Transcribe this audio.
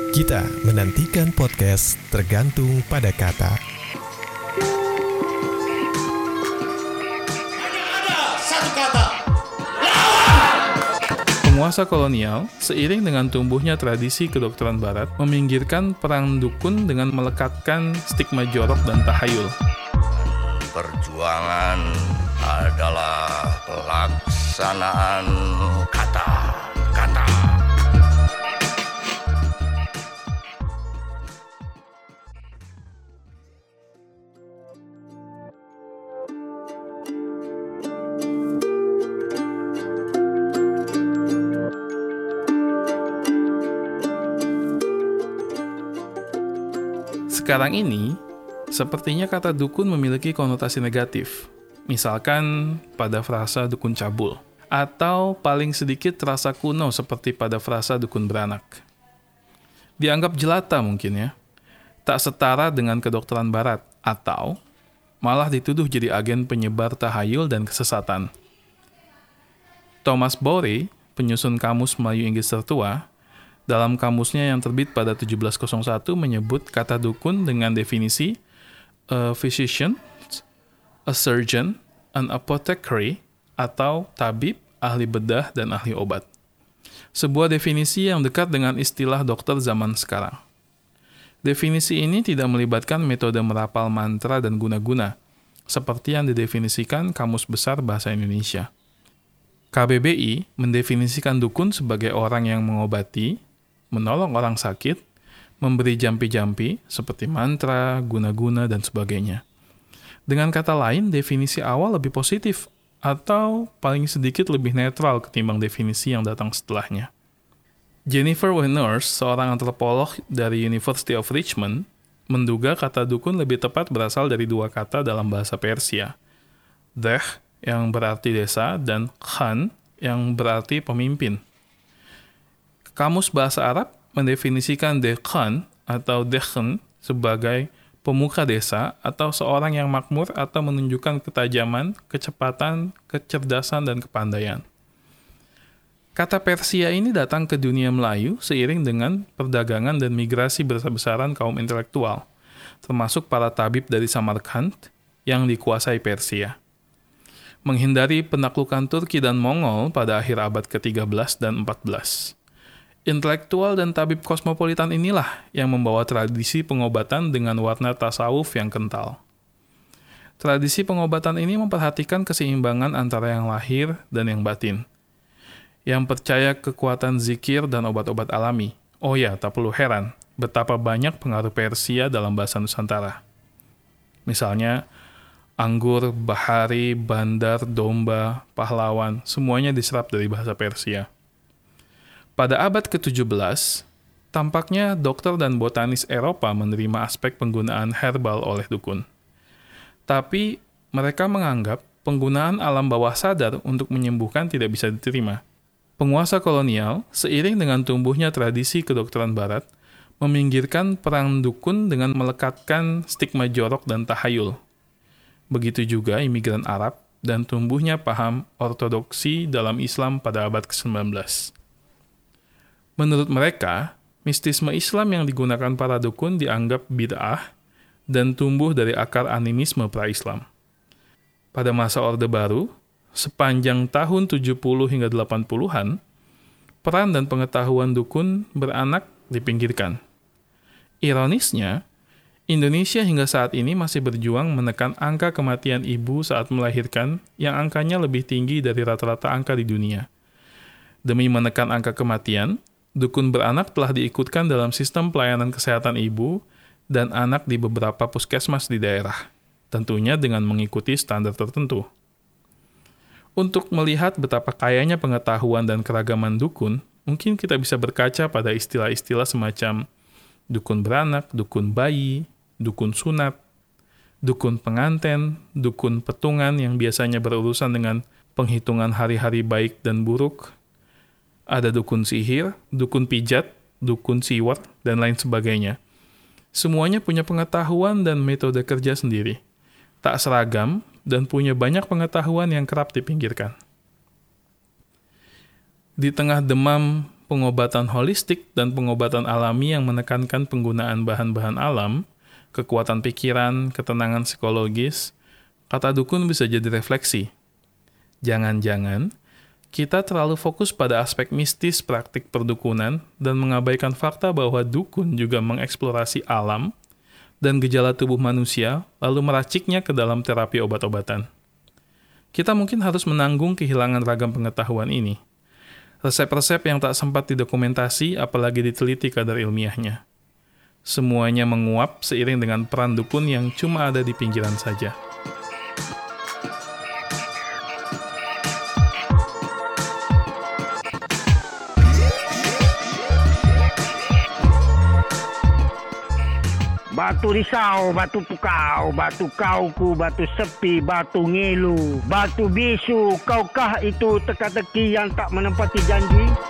Kita menantikan podcast Tergantung pada Kata. Ada satu kata. Penguasa kolonial, seiring dengan tumbuhnya tradisi kedokteran barat, meminggirkan perang dukun dengan melekatkan stigma jorok dan tahayul. Perjuangan adalah pelaksanaan kata-kata. Sekarang ini, sepertinya kata dukun memiliki konotasi negatif, misalkan pada frasa dukun cabul, atau paling sedikit terasa kuno seperti pada frasa dukun beranak. Dianggap jelata mungkin ya, tak setara dengan kedokteran barat, atau malah dituduh jadi agen penyebar tahayul dan kesesatan. Thomas Bowrey, penyusun Kamus Melayu Inggris Tertua, dalam kamusnya yang terbit pada 1701 menyebut kata dukun dengan definisi a physician, a surgeon, an apothecary, atau tabib, ahli bedah, dan ahli obat. Sebuah definisi yang dekat dengan istilah dokter zaman sekarang. Definisi ini tidak melibatkan metode merapal mantra dan guna-guna, seperti yang didefinisikan Kamus Besar Bahasa Indonesia. KBBI mendefinisikan dukun sebagai orang yang mengobati, menolong orang sakit, memberi jampi-jampi seperti mantra, guna-guna, dan sebagainya. Dengan kata lain, definisi awal lebih positif atau paling sedikit lebih netral ketimbang definisi yang datang setelahnya. Jennifer Wieners, seorang antropolog dari University of Richmond, menduga kata dukun lebih tepat berasal dari dua kata dalam bahasa Persia. Deh, yang berarti desa, dan khan, yang berarti pemimpin. Kamus Bahasa Arab mendefinisikan dekhan atau dekhan sebagai pemuka desa atau seorang yang makmur atau menunjukkan ketajaman, kecepatan, kecerdasan, dan kepandaian. Kata Persia ini datang ke dunia Melayu seiring dengan perdagangan dan migrasi besar-besaran kaum intelektual, termasuk para tabib dari Samarkand yang dikuasai Persia. Menghindari penaklukan Turki dan Mongol pada akhir abad ke-13 dan 14. Intelektual dan tabib kosmopolitan inilah yang membawa tradisi pengobatan dengan warna tasawuf yang kental. Tradisi pengobatan ini memperhatikan keseimbangan antara yang lahir dan yang batin, yang percaya kekuatan zikir dan obat-obat alami. Oh ya, tak perlu heran betapa banyak pengaruh Persia dalam bahasa Nusantara. Misalnya, anggur, bahari, bandar, domba, pahlawan, semuanya diserap dari bahasa Persia. Pada abad ke-17, tampaknya dokter dan botanis Eropa menerima aspek penggunaan herbal oleh dukun. Tapi mereka menganggap penggunaan alam bawah sadar untuk menyembuhkan tidak bisa diterima. Penguasa kolonial, seiring dengan tumbuhnya tradisi kedokteran barat, meminggirkan perang dukun dengan melekatkan stigma jorok dan tahayul. Begitu juga imigran Arab dan tumbuhnya paham ortodoksi dalam Islam pada abad ke-19. Menurut mereka, mistisme Islam yang digunakan para dukun dianggap bid'ah dan tumbuh dari akar animisme pra-Islam. Pada masa Orde Baru, sepanjang tahun 70 hingga 80-an, peran dan pengetahuan dukun beranak dipinggirkan. Ironisnya, Indonesia hingga saat ini masih berjuang menekan angka kematian ibu saat melahirkan yang angkanya lebih tinggi dari rata-rata angka di dunia. Demi menekan angka kematian, dukun beranak telah diikutkan dalam sistem pelayanan kesehatan ibu dan anak di beberapa puskesmas di daerah, tentunya dengan mengikuti standar tertentu. Untuk melihat betapa kayanya pengetahuan dan keragaman dukun, mungkin kita bisa berkaca pada istilah-istilah semacam dukun beranak, dukun bayi, dukun sunat, dukun penganten, dukun petungan yang biasanya berurusan dengan penghitungan hari-hari baik dan buruk, ada dukun sihir, dukun pijat, dukun siwar, dan lain sebagainya. Semuanya punya pengetahuan dan metode kerja sendiri. Tak seragam dan punya banyak pengetahuan yang kerap dipinggirkan. Di tengah demam pengobatan holistik dan pengobatan alami yang menekankan penggunaan bahan-bahan alam, kekuatan pikiran, ketenangan psikologis, kata dukun bisa jadi refleksi. Jangan-jangan kita terlalu fokus pada aspek mistis praktik perdukunan dan mengabaikan fakta bahwa dukun juga mengeksplorasi alam dan gejala tubuh manusia, lalu meraciknya ke dalam terapi obat-obatan. Kita mungkin harus menanggung kehilangan ragam pengetahuan ini. Resep-resep yang tak sempat didokumentasi, apalagi diteliti kadar ilmiahnya. Semuanya menguap seiring dengan peran dukun yang cuma ada di pinggiran saja. Batu risau, batu pukau, batu kauku, batu sepi, batu ngilu, batu bisu, kaukah itu teka-teki yang tak menepati janji?